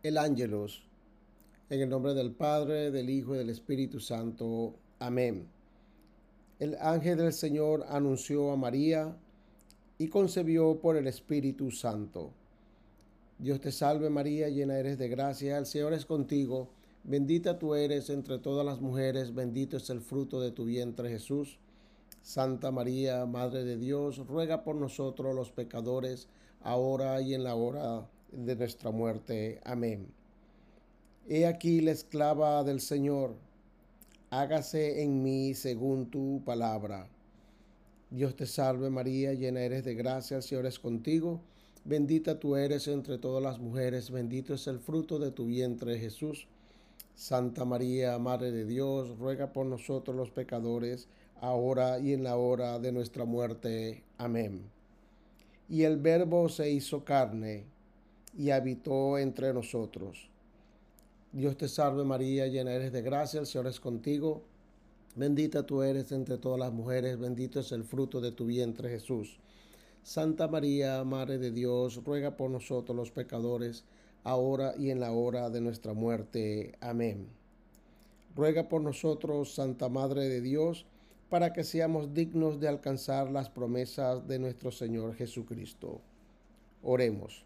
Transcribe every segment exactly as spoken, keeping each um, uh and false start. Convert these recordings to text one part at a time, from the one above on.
El Ángelus, en el nombre del Padre, del Hijo y del Espíritu Santo. Amén. El ángel del Señor anunció a María y concebió por el Espíritu Santo. Dios te salve María, llena eres de gracia, el Señor es contigo. Bendita tú eres entre todas las mujeres, bendito es el fruto de tu vientre Jesús. Santa María, Madre de Dios, ruega por nosotros los pecadores, ahora y en la hora de nuestra muerte. Amén. He aquí la esclava del Señor, hágase en mí según tu palabra. Dios te salve María, llena eres de gracia, el Señor es contigo. Bendita tú eres entre todas las mujeres, bendito es el fruto de tu vientre Jesús. Santa María, Madre de Dios, ruega por nosotros los pecadores, ahora y en la hora de nuestra muerte. Amén. Y el Verbo se hizo carne y habitó entre nosotros. Dios te salve María, llena eres de gracia, el Señor es contigo. Bendita tú eres entre todas las mujeres, bendito es el fruto de tu vientre Jesús. Santa María, Madre de Dios, ruega por nosotros los pecadores, ahora y en la hora de nuestra muerte. Amén. Ruega por nosotros, Santa Madre de Dios, para que seamos dignos de alcanzar las promesas de nuestro Señor Jesucristo. Oremos.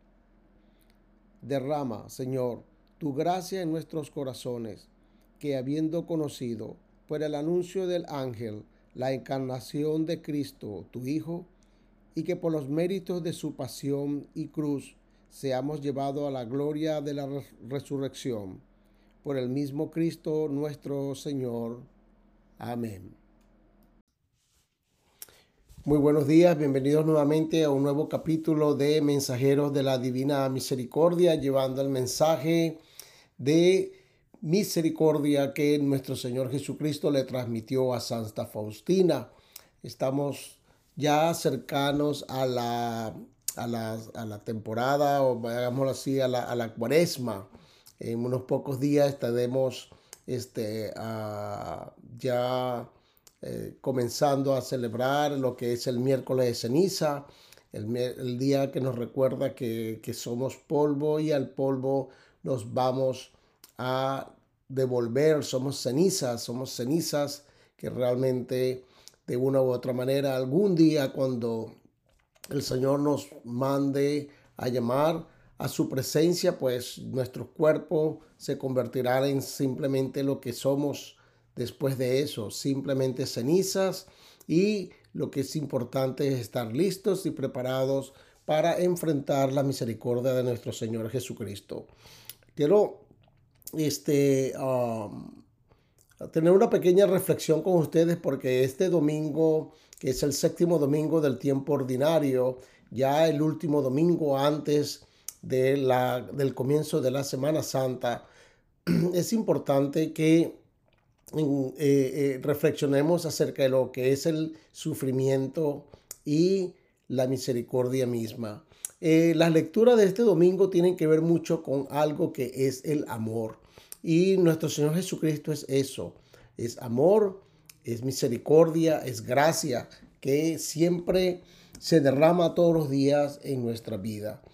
Derrama, Señor, tu gracia en nuestros corazones, que habiendo conocido por el anuncio del ángel la encarnación de Cristo, tu Hijo, y que por los méritos de su pasión y cruz seamos llevados a la gloria de la resurrección. Por el mismo Cristo nuestro Señor. Amén. Muy buenos días, bienvenidos nuevamente a un nuevo capítulo de Mensajeros de la Divina Misericordia, llevando el mensaje de misericordia que nuestro Señor Jesucristo le transmitió a Santa Faustina. Estamos ya cercanos a la, a la, a la temporada, o hagámoslo así, a la, a la cuaresma. En unos pocos días estaremos este, uh, ya eh, comenzando a celebrar lo que es el miércoles de ceniza, el, el día que nos recuerda que, que somos polvo y al polvo nos vamos a devolver, somos cenizas, somos cenizas que realmente de una u otra manera algún día cuando el Señor nos mande a llamar a su presencia, pues nuestro cuerpo se convertirá en simplemente lo que somos después de eso, simplemente cenizas, y lo que es importante es estar listos y preparados para enfrentar la misericordia de nuestro Señor Jesucristo. Quiero este, um, tener una pequeña reflexión con ustedes porque este domingo, que es el séptimo domingo del tiempo ordinario, ya el último domingo antes de la, del comienzo de la Semana Santa, es importante que eh, eh, reflexionemos acerca de lo que es el sufrimiento y la misericordia misma. Eh, las lecturas de este domingo tienen que ver mucho con algo que es el amor. Y nuestro Señor Jesucristo es eso, es amor, es misericordia, es gracia, que siempre se derrama todos los días en nuestra vida.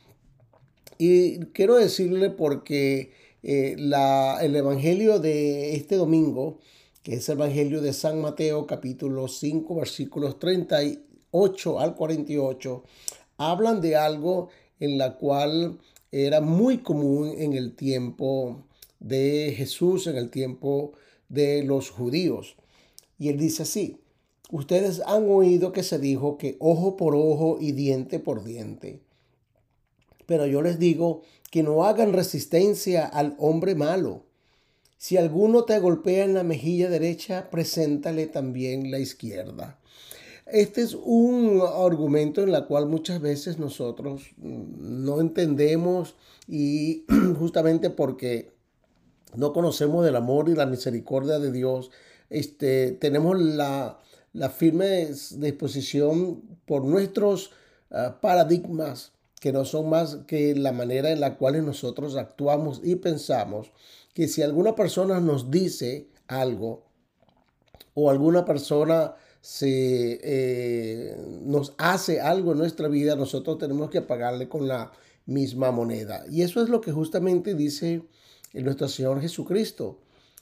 Y quiero decirle porque eh, la, el evangelio de este domingo, que es el evangelio de San Mateo capítulo cinco versículos treinta y ocho al cuarenta y ocho, hablan de algo en la cual era muy común en el tiempo de Jesús, en el tiempo de los judíos. Y él dice así: ustedes han oído que se dijo que ojo por ojo y diente por diente. Pero yo les digo que no hagan resistencia al hombre malo. Si alguno te golpea en la mejilla derecha, preséntale también la izquierda. Este es un argumento en el cual muchas veces nosotros no entendemos, y justamente porque no conocemos del amor y la misericordia de Dios, este, tenemos la, la firme disposición por nuestros uh, paradigmas, que no son más que la manera en la cual nosotros actuamos y pensamos, que si alguna persona nos dice algo o alguna persona se, eh, nos hace algo en nuestra vida, nosotros tenemos que pagarle con la misma moneda. Y eso es lo que justamente dice nuestro Señor Jesucristo,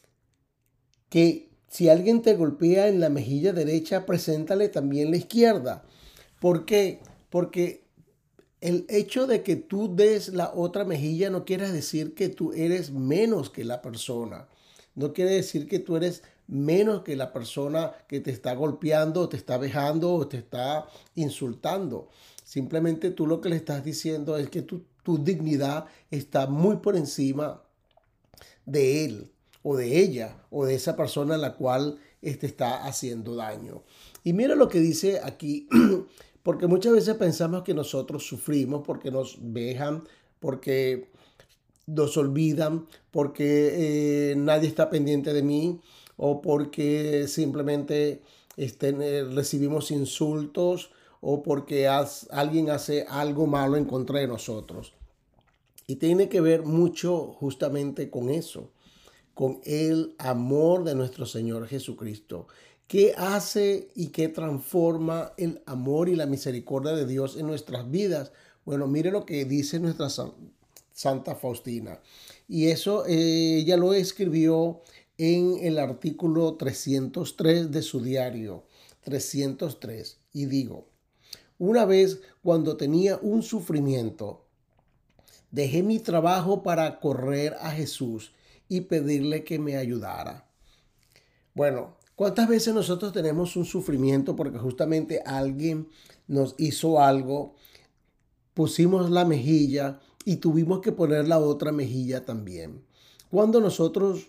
que si alguien te golpea en la mejilla derecha, preséntale también la izquierda. ¿Por qué? Porque el hecho de que tú des la otra mejilla no quiere decir que tú eres menos que la persona. No quiere decir que tú eres menos que la persona que te está golpeando, o te está vejando o te está insultando. Simplemente tú lo que le estás diciendo es que tu, tu dignidad está muy por encima de él o de ella o de esa persona a la cual te está haciendo daño. Y mira lo que dice aquí, porque muchas veces pensamos que nosotros sufrimos porque nos vejan, porque nos olvidan, porque eh, nadie está pendiente de mí o porque simplemente estén, eh, recibimos insultos o porque has, alguien hace algo malo en contra de nosotros. Y tiene que ver mucho justamente con eso, con el amor de nuestro Señor Jesucristo. ¿Qué hace y qué transforma el amor y la misericordia de Dios en nuestras vidas? Bueno, mire lo que dice nuestra Santa Faustina. Y eso eh, ella lo escribió en el artículo trescientos tres de su diario, trescientos tres. Y digo, una vez cuando tenía un sufrimiento, dejé mi trabajo para correr a Jesús y pedirle que me ayudara. Bueno, ¿cuántas veces nosotros tenemos un sufrimiento porque justamente alguien nos hizo algo, pusimos la mejilla y tuvimos que poner la otra mejilla también? Cuando nosotros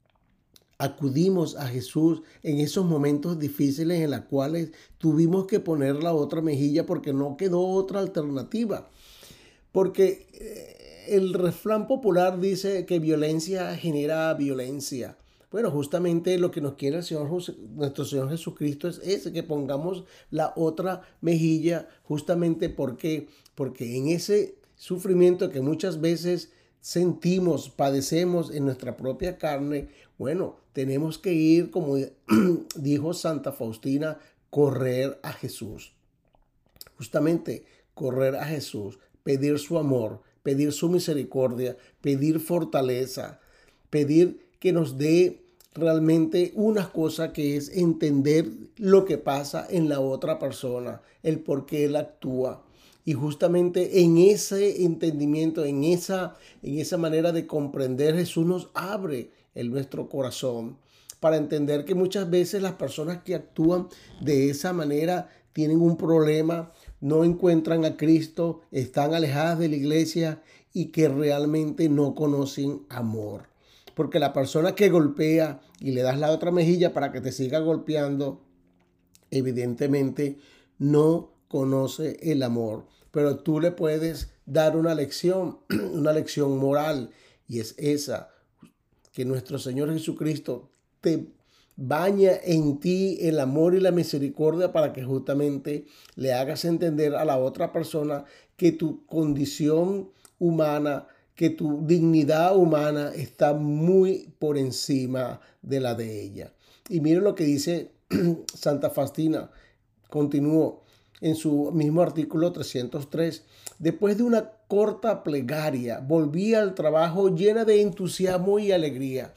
acudimos a Jesús en esos momentos difíciles en los cuales tuvimos que poner la otra mejilla porque no quedó otra alternativa. Porque el refrán popular dice que violencia genera violencia. Bueno, justamente lo que nos quiere el Señor, nuestro Señor Jesucristo es ese, que pongamos la otra mejilla, justamente porque, porque en ese sufrimiento que muchas veces sentimos, padecemos en nuestra propia carne, bueno, tenemos que ir, como dijo Santa Faustina, correr a Jesús. Justamente correr a Jesús, pedir su amor, pedir su misericordia, pedir fortaleza, pedir que nos dé realmente una cosa, que es entender lo que pasa en la otra persona, el por qué él actúa. Y justamente en ese entendimiento, en esa, en esa manera de comprender, Jesús nos abre el nuestro corazón para entender que muchas veces las personas que actúan de esa manera tienen un problema, no encuentran a Cristo, están alejadas de la iglesia y que realmente no conocen amor. Porque la persona que golpea y le das la otra mejilla para que te siga golpeando, evidentemente no conoce el amor. Pero tú le puedes dar una lección, una lección moral, y es esa, que nuestro Señor Jesucristo te baña en ti el amor y la misericordia para que justamente le hagas entender a la otra persona que tu condición humana, que tu dignidad humana está muy por encima de la de ella. Y miren lo que dice Santa Faustina, continuó en su mismo artículo trescientos tres. Después de una corta plegaria, volví al trabajo llena de entusiasmo y alegría.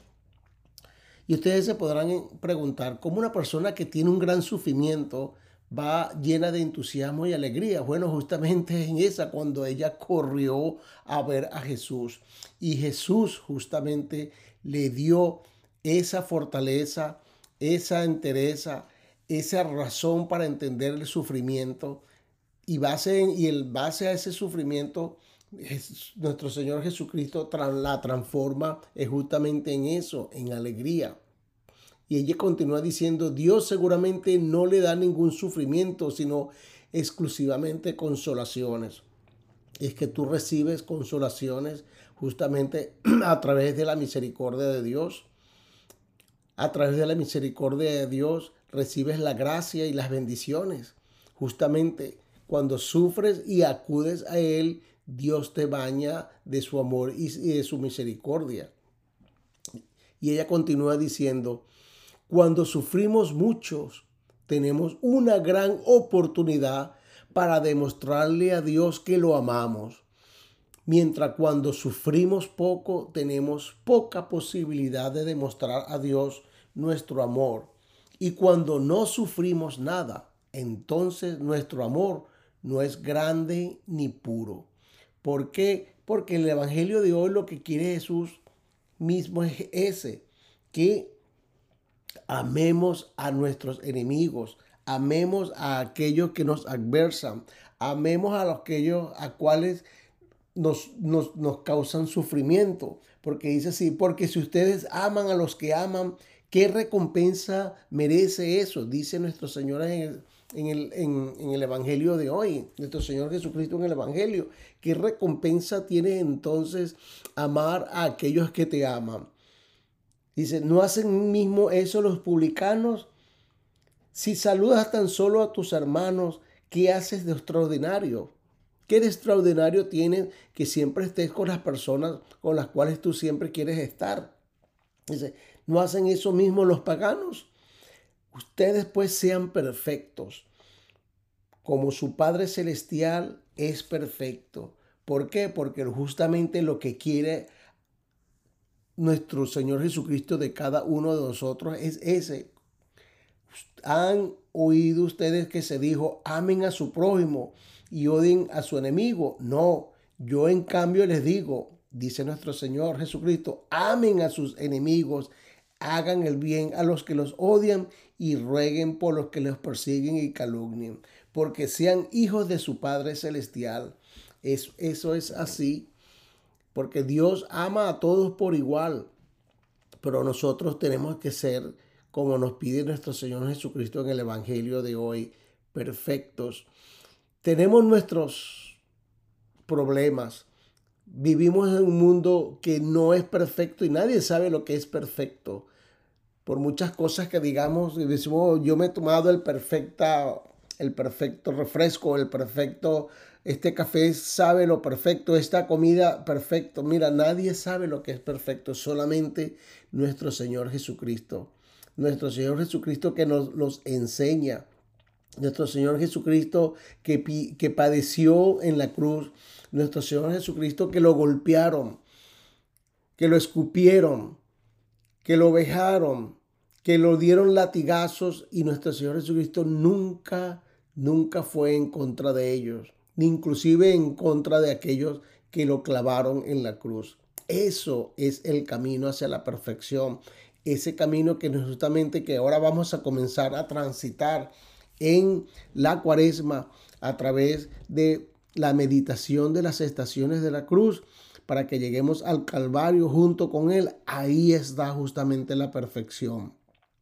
Y ustedes se podrán preguntar, ¿cómo una persona que tiene un gran sufrimiento va llena de entusiasmo y alegría? Bueno, justamente en esa, cuando ella corrió a ver a Jesús. Y Jesús justamente le dio esa fortaleza, esa entereza, esa razón para entender el sufrimiento. Y, base en, y el base a ese sufrimiento, nuestro Señor Jesucristo la transforma justamente en eso, en alegría. Y ella continúa diciendo, Dios seguramente no le da ningún sufrimiento, sino exclusivamente consolaciones. Es que tú recibes consolaciones justamente a través de la misericordia de Dios. A través de la misericordia de Dios recibes la gracia y las bendiciones. Justamente cuando sufres y acudes a Él, Dios te baña de su amor y de su misericordia. Y ella continúa diciendo, cuando sufrimos muchos, tenemos una gran oportunidad para demostrarle a Dios que lo amamos. Mientras cuando sufrimos poco, tenemos poca posibilidad de demostrar a Dios nuestro amor. Y cuando no sufrimos nada, entonces nuestro amor no es grande ni puro. ¿Por qué? Porque el Evangelio de hoy lo que quiere Jesús mismo es ese, que amemos a nuestros enemigos, amemos a aquellos que nos adversan, amemos a aquellos a cuales nos, nos, nos causan sufrimiento. Porque dice así, porque si ustedes aman a los que aman, ¿qué recompensa merece eso? Dice nuestro Señor en el, en el, en, en el Evangelio de hoy, nuestro Señor Jesucristo en el Evangelio. ¿Qué recompensa tiene entonces amar a aquellos que te aman? Dice, ¿no hacen mismo eso los publicanos? Si saludas tan solo a tus hermanos, ¿qué haces de extraordinario? ¿Qué de extraordinario tienes que siempre estés con las personas con las cuales tú siempre quieres estar? Dice, ¿no hacen eso mismo los paganos? Ustedes pues sean perfectos, como su Padre Celestial es perfecto. ¿Por qué? Porque justamente lo que quiere nuestro Señor Jesucristo de cada uno de nosotros es ese. ¿Han oído ustedes que se dijo, amen a su prójimo y odien a su enemigo? No, yo en cambio les digo, dice nuestro Señor Jesucristo, amen a sus enemigos, hagan el bien a los que los odian y rueguen por los que los persiguen y calumnian, porque sean hijos de su Padre Celestial. Eso, eso es así, porque Dios ama a todos por igual, pero nosotros tenemos que ser, como nos pide nuestro Señor Jesucristo en el Evangelio de hoy, perfectos. Tenemos nuestros problemas. Vivimos en un mundo que no es perfecto y nadie sabe lo que es perfecto. Por muchas cosas que digamos, decimos, yo me he tomado el perfecta, el perfecto refresco, el perfecto, este café sabe lo perfecto, esta comida perfecto. Mira, nadie sabe lo que es perfecto, solamente nuestro Señor Jesucristo. Nuestro Señor Jesucristo que nos los enseña. Nuestro Señor Jesucristo que, que padeció en la cruz. Nuestro Señor Jesucristo que lo golpearon, que lo escupieron, que lo vejaron, que lo dieron latigazos y nuestro Señor Jesucristo nunca, nunca fue en contra de ellos, ni inclusive en contra de aquellos que lo clavaron en la cruz. Eso es el camino hacia la perfección, ese camino que justamente que ahora vamos a comenzar a transitar en la Cuaresma a través de la meditación de las estaciones de la cruz, para que lleguemos al Calvario junto con Él. Ahí está justamente la perfección.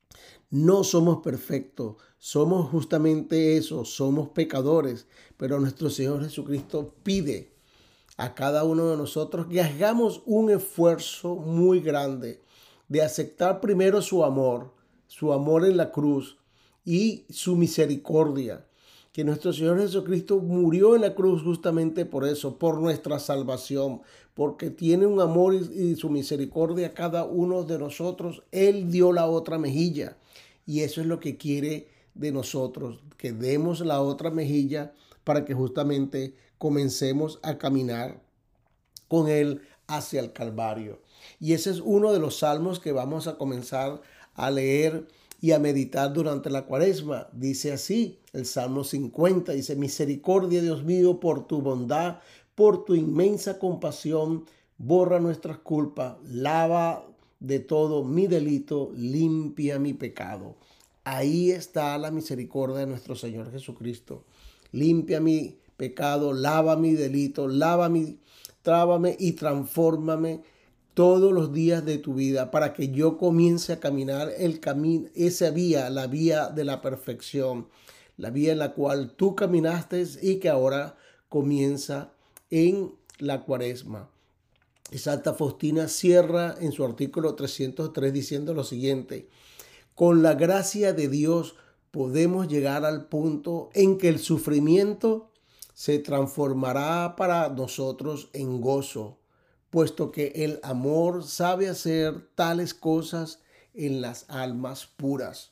No somos perfectos, somos justamente eso, somos pecadores, pero nuestro Señor Jesucristo pide a cada uno de nosotros que hagamos un esfuerzo muy grande de aceptar primero su amor, su amor en la cruz y su misericordia. Que nuestro Señor Jesucristo murió en la cruz justamente por eso, por nuestra salvación, porque tiene un amor y, y su misericordia a cada uno de nosotros. Él dio la otra mejilla y eso es lo que quiere de nosotros, que demos la otra mejilla para que justamente comencemos a caminar con Él hacia el Calvario. Y ese es uno de los salmos que vamos a comenzar a leer y a meditar durante la Cuaresma. Dice así, el Salmo cincuenta, dice, misericordia, Dios mío, por tu bondad, por tu inmensa compasión, borra nuestras culpas, lava de todo mi delito, limpia mi pecado. Ahí está la misericordia de nuestro Señor Jesucristo. Limpia mi pecado, lava mi delito, lava mi, trábame y transfórmame todos los días de tu vida para que yo comience a caminar el camino, esa vía, la vía de la perfección, la vía en la cual tú caminaste y que ahora comienza en la Cuaresma. Y Santa Faustina cierra en su artículo trescientos tres diciendo lo siguiente: con la gracia de Dios podemos llegar al punto en que el sufrimiento se transformará para nosotros en gozo, puesto que el amor sabe hacer tales cosas en las almas puras.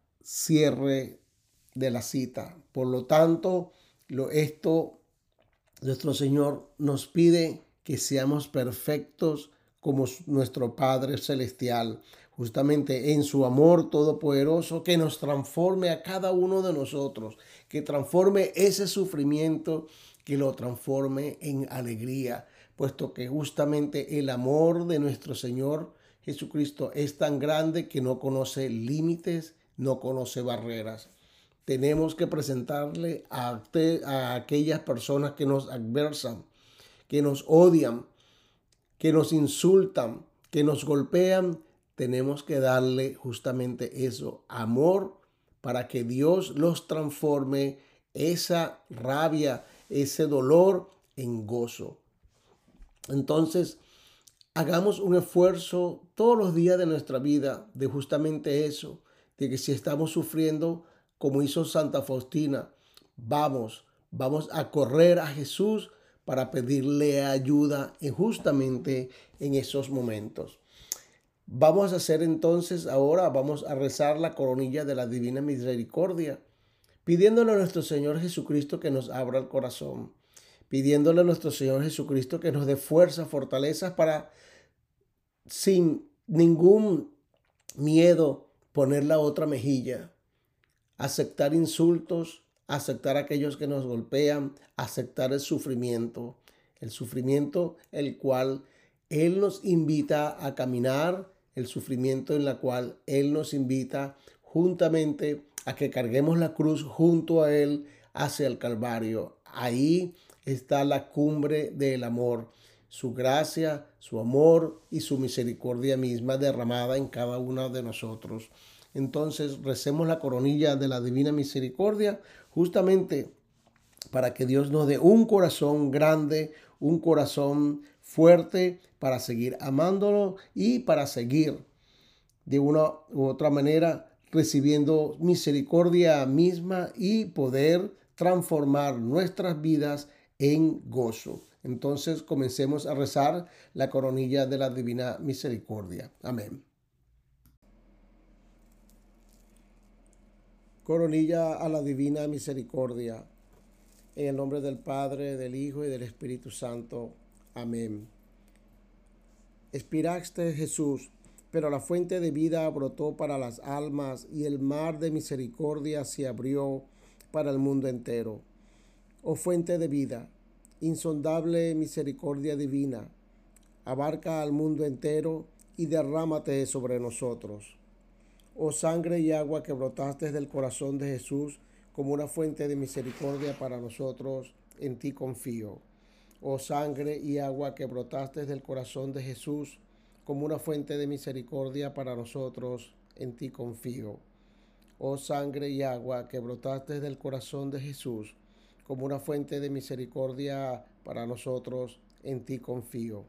Cierre de la cita. Por lo tanto, lo, esto Nuestro Señor nos pide que seamos perfectos como nuestro Padre Celestial, justamente en su amor todopoderoso, que nos transforme a cada uno de nosotros, que transforme ese sufrimiento, que lo transforme en alegría, puesto que justamente el amor de nuestro Señor Jesucristo es tan grande que no conoce límites, no conoce barreras. Tenemos que presentarle a, te, a aquellas personas que nos adversan, que nos odian, que nos insultan, que nos golpean. Tenemos que darle justamente eso, amor, para que Dios los transforme esa rabia, ese dolor en gozo. Entonces, hagamos un esfuerzo todos los días de nuestra vida de justamente eso, de que si estamos sufriendo, como hizo Santa Faustina, vamos, vamos a correr a Jesús para pedirle ayuda en justamente en esos momentos. Vamos a hacer entonces ahora, vamos a rezar la coronilla de la Divina Misericordia, pidiéndole a nuestro Señor Jesucristo que nos abra el corazón, pidiéndole a nuestro Señor Jesucristo que nos dé fuerza, fortalezas para sin ningún miedo poner la otra mejilla, aceptar insultos, aceptar a aquellos que nos golpean, aceptar el sufrimiento, el sufrimiento el cual Él nos invita a caminar, el sufrimiento en la cual Él nos invita juntamente a que carguemos la cruz junto a Él hacia el Calvario. Ahí está la cumbre del amor, su gracia, su amor y su misericordia misma derramada en cada uno de nosotros. Entonces recemos la coronilla de la Divina Misericordia justamente para que Dios nos dé un corazón grande, un corazón fuerte para seguir amándolo y para seguir de una u otra manera recibiendo misericordia misma y poder transformar nuestras vidas en gozo. Entonces comencemos a rezar la coronilla de la Divina Misericordia. Amén. Coronilla a la Divina Misericordia. En el nombre del Padre, del Hijo y del Espíritu Santo. Amén. Expiraste, Jesús, pero la fuente de vida brotó para las almas y el mar de misericordia se abrió para el mundo entero. Oh fuente de vida, insondable misericordia divina, abarca al mundo entero y derrámate sobre nosotros. Oh sangre y agua que brotaste del corazón de Jesús como una fuente de misericordia para nosotros, en ti confío. Oh sangre y agua que brotaste del corazón de Jesús como una fuente de misericordia para nosotros, en ti confío. Oh sangre y agua que brotaste del corazón de Jesús como una fuente de misericordia para nosotros, en ti confío.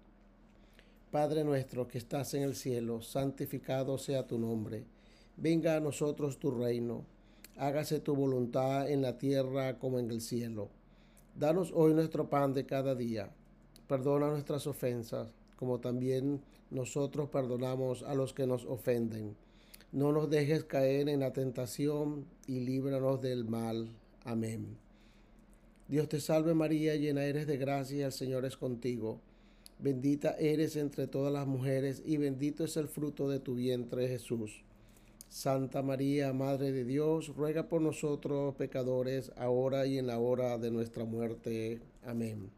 Padre nuestro que estás en el cielo, santificado sea tu nombre. Venga a nosotros tu reino. Hágase tu voluntad en la tierra como en el cielo. Danos hoy nuestro pan de cada día. Perdona nuestras ofensas, como también nosotros perdonamos a los que nos ofenden. No nos dejes caer en la tentación y líbranos del mal. Amén. Dios te salve María, llena eres de gracia, el Señor es contigo. Bendita eres entre todas las mujeres y bendito es el fruto de tu vientre, Jesús. Santa María, Madre de Dios, ruega por nosotros pecadores, ahora y en la hora de nuestra muerte. Amén.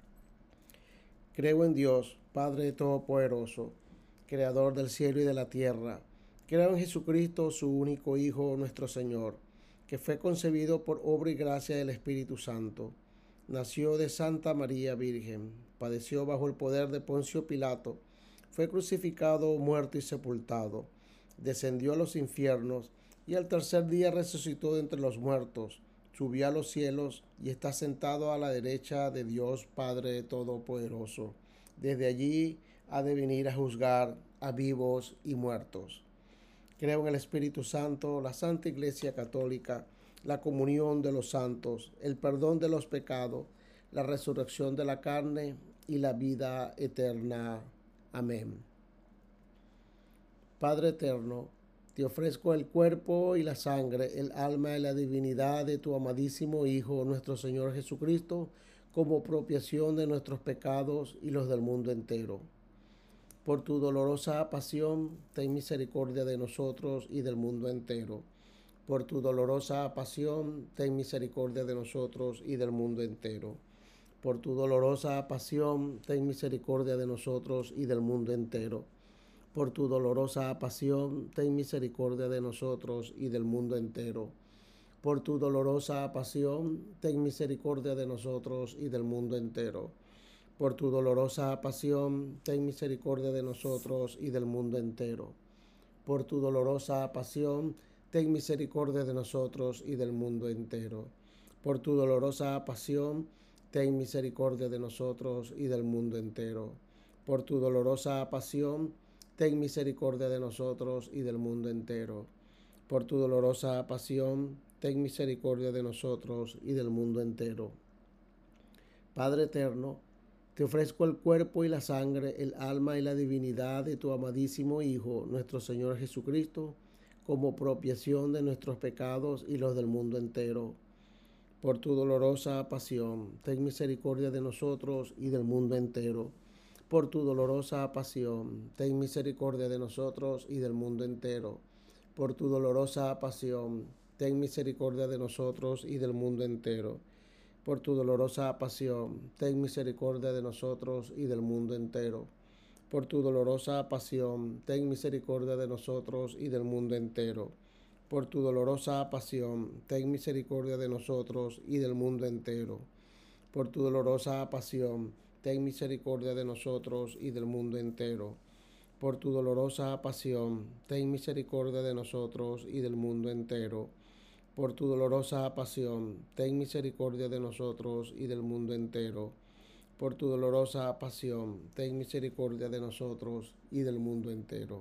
Creo en Dios, Padre Todopoderoso, Creador del cielo y de la tierra. Creo en Jesucristo, su único Hijo, nuestro Señor, que fue concebido por obra y gracia del Espíritu Santo. Nació de Santa María Virgen, padeció bajo el poder de Poncio Pilato, fue crucificado, muerto y sepultado, descendió a los infiernos y al tercer día resucitó de entre los muertos, subió a los cielos y está sentado a la derecha de Dios Padre Todopoderoso. Desde allí ha de venir a juzgar a vivos y muertos. Creo en el Espíritu Santo, la Santa Iglesia Católica, la comunión de los santos, el perdón de los pecados, la resurrección de la carne y la vida eterna. Amén. Padre eterno, te ofrezco el cuerpo y la sangre, el alma y la divinidad de tu amadísimo Hijo, nuestro Señor Jesucristo, como propiación de nuestros pecados y los del mundo entero. Por tu dolorosa pasión, ten misericordia de nosotros y del mundo entero. Por tu dolorosa pasión, ten misericordia de nosotros y del mundo entero. Por tu dolorosa pasión, ten misericordia de nosotros y del mundo entero. Por tu dolorosa pasión, ten misericordia de nosotros y del mundo entero. Por tu dolorosa pasión, ten misericordia de nosotros y del mundo entero. Por tu dolorosa pasión, ten misericordia de nosotros y del mundo entero. Por tu dolorosa pasión, ten misericordia de nosotros y del mundo entero. Por tu dolorosa pasión, ten misericordia de nosotros y del mundo entero. Por tu dolorosa pasión, ten misericordia de nosotros y del mundo entero. Por tu dolorosa pasión, ten misericordia de nosotros y del mundo entero. Padre eterno, te ofrezco el cuerpo y la sangre, el alma y la divinidad de tu amadísimo Hijo, nuestro Señor Jesucristo, como propiación de nuestros pecados y los del mundo entero. Por tu dolorosa pasión, ten misericordia de nosotros y del mundo entero. Por tu dolorosa pasión, ten misericordia de nosotros y del mundo entero. Por tu dolorosa pasión, ten misericordia de nosotros y del mundo entero. Por tu dolorosa pasión, ten misericordia de nosotros y del mundo entero. Por tu dolorosa pasión, ten misericordia de nosotros y del mundo entero. Por tu dolorosa pasión, ten misericordia de nosotros y del mundo entero. Por tu dolorosa pasión, ten misericordia de nosotros y del mundo entero. Por tu dolorosa pasión, ten misericordia de nosotros y del mundo entero. Por tu dolorosa pasión, ten misericordia de nosotros y del mundo entero. Por tu dolorosa pasión, ten misericordia de nosotros y del mundo entero.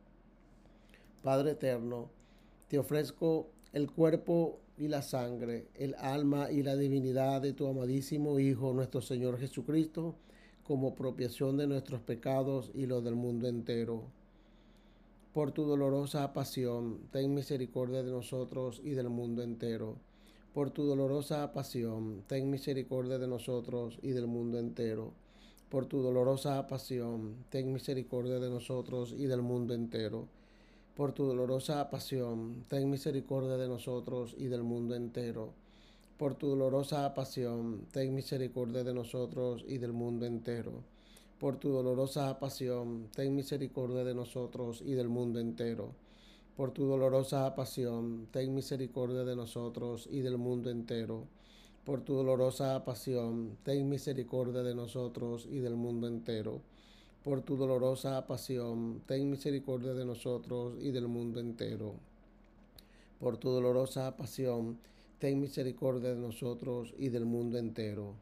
Padre eterno, te ofrezco el cuerpo y la sangre, el alma y la divinidad de tu amadísimo Hijo, nuestro Señor Jesucristo, como propiación de nuestros pecados y los del mundo entero. Por tu dolorosa pasión, ten misericordia de nosotros y del mundo entero. Por tu dolorosa pasión, ten misericordia de nosotros y del mundo entero. Por tu dolorosa pasión, ten misericordia de nosotros y del mundo entero. Por tu dolorosa pasión, ten misericordia de nosotros y del mundo entero. Por tu dolorosa pasión, ten misericordia de nosotros y del mundo entero. Por tu dolorosa pasión, ten misericordia de nosotros y del mundo entero. Por tu dolorosa pasión, ten misericordia de nosotros y del mundo entero. Por tu dolorosa pasión, ten misericordia de nosotros y del mundo entero. Por tu dolorosa pasión, ten misericordia de nosotros y del mundo entero. Por tu dolorosa pasión, ten misericordia de nosotros y del mundo entero.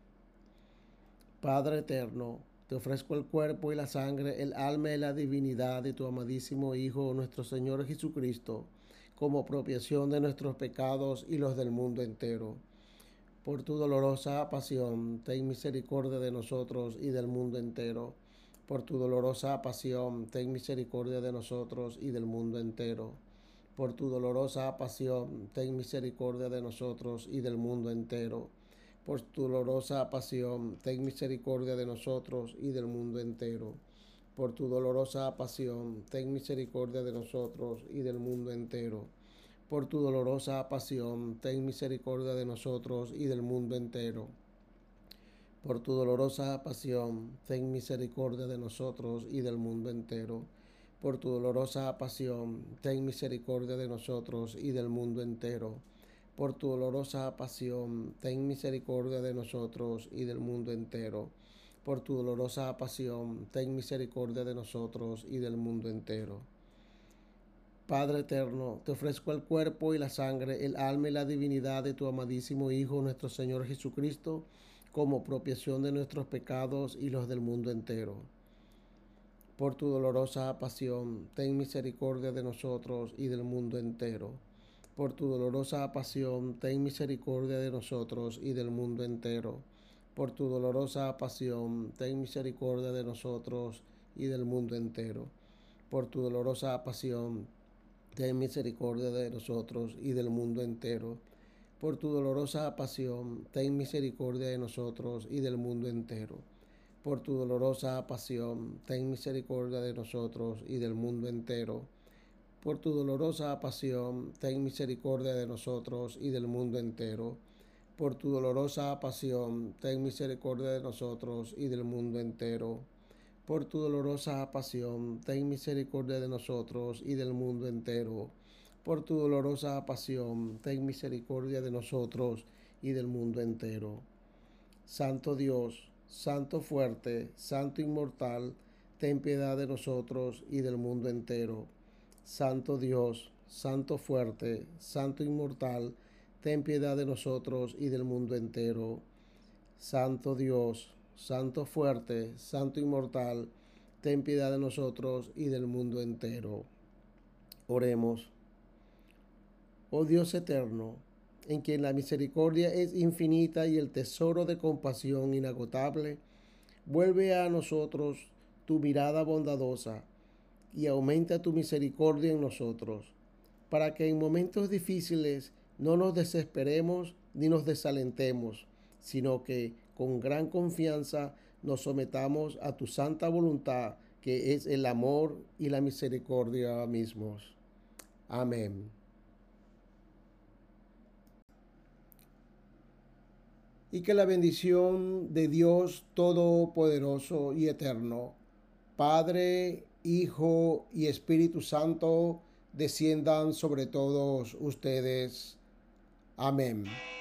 Padre eterno, te ofrezco el cuerpo y la sangre, el alma y la divinidad de tu amadísimo Hijo, nuestro Señor Jesucristo, como propiación de nuestros pecados y los del mundo entero. Por tu dolorosa pasión, ten misericordia de nosotros y del mundo entero. Por tu dolorosa pasión, ten misericordia de nosotros y del mundo entero. Por tu dolorosa pasión, ten misericordia de nosotros y del mundo entero. Por tu dolorosa pasión, ten misericordia de nosotros y del mundo entero. Por tu dolorosa pasión, ten misericordia de nosotros y del mundo entero. Por tu dolorosa pasión, ten misericordia de nosotros y del mundo entero. Por tu dolorosa pasión, ten misericordia de nosotros y del mundo entero. Por tu dolorosa pasión, ten misericordia de nosotros y del mundo entero. Por tu dolorosa pasión, ten misericordia de nosotros y del mundo entero. Por tu dolorosa pasión, ten misericordia de nosotros y del mundo entero. Padre eterno, te ofrezco el cuerpo y la sangre, el alma y la divinidad de tu amadísimo Hijo, nuestro Señor Jesucristo, como propiación de nuestros pecados y los del mundo entero. Por tu dolorosa pasión, ten misericordia de nosotros y del mundo entero. Por tu dolorosa pasión, ten misericordia de nosotros y del mundo entero. Por tu dolorosa pasión, ten misericordia de nosotros y del mundo entero. Por tu dolorosa pasión, ten misericordia de nosotros y del mundo entero. por tu dolorosa pasión, ten misericordia de nosotros y del mundo entero. Por tu dolorosa pasión, ten misericordia de nosotros y del mundo entero. Por tu dolorosa pasión, ten misericordia de nosotros y del mundo entero. Por tu dolorosa pasión, ten misericordia de nosotros y del mundo entero. Por tu dolorosa pasión, ten misericordia de nosotros y del mundo entero. Por tu dolorosa pasión, ten misericordia de nosotros y del mundo entero. Santo Dios, Santo fuerte, Santo inmortal, ten piedad de nosotros y del mundo entero. Santo Dios, Santo fuerte, Santo inmortal, ten piedad de nosotros y del mundo entero. Santo Dios, Santo fuerte, Santo inmortal, ten piedad de nosotros y del mundo entero. Oremos. Oh Dios eterno, en quien la misericordia es infinita y el tesoro de compasión inagotable, vuelve a nosotros tu mirada bondadosa y aumenta tu misericordia en nosotros, para que en momentos difíciles no nos desesperemos ni nos desalentemos, sino que con gran confianza nos sometamos a tu santa voluntad, que es el amor y la misericordia mismos. Amén. Y que la bendición de Dios Todopoderoso y Eterno, Padre, Hijo y Espíritu Santo, desciendan sobre todos ustedes. Amén.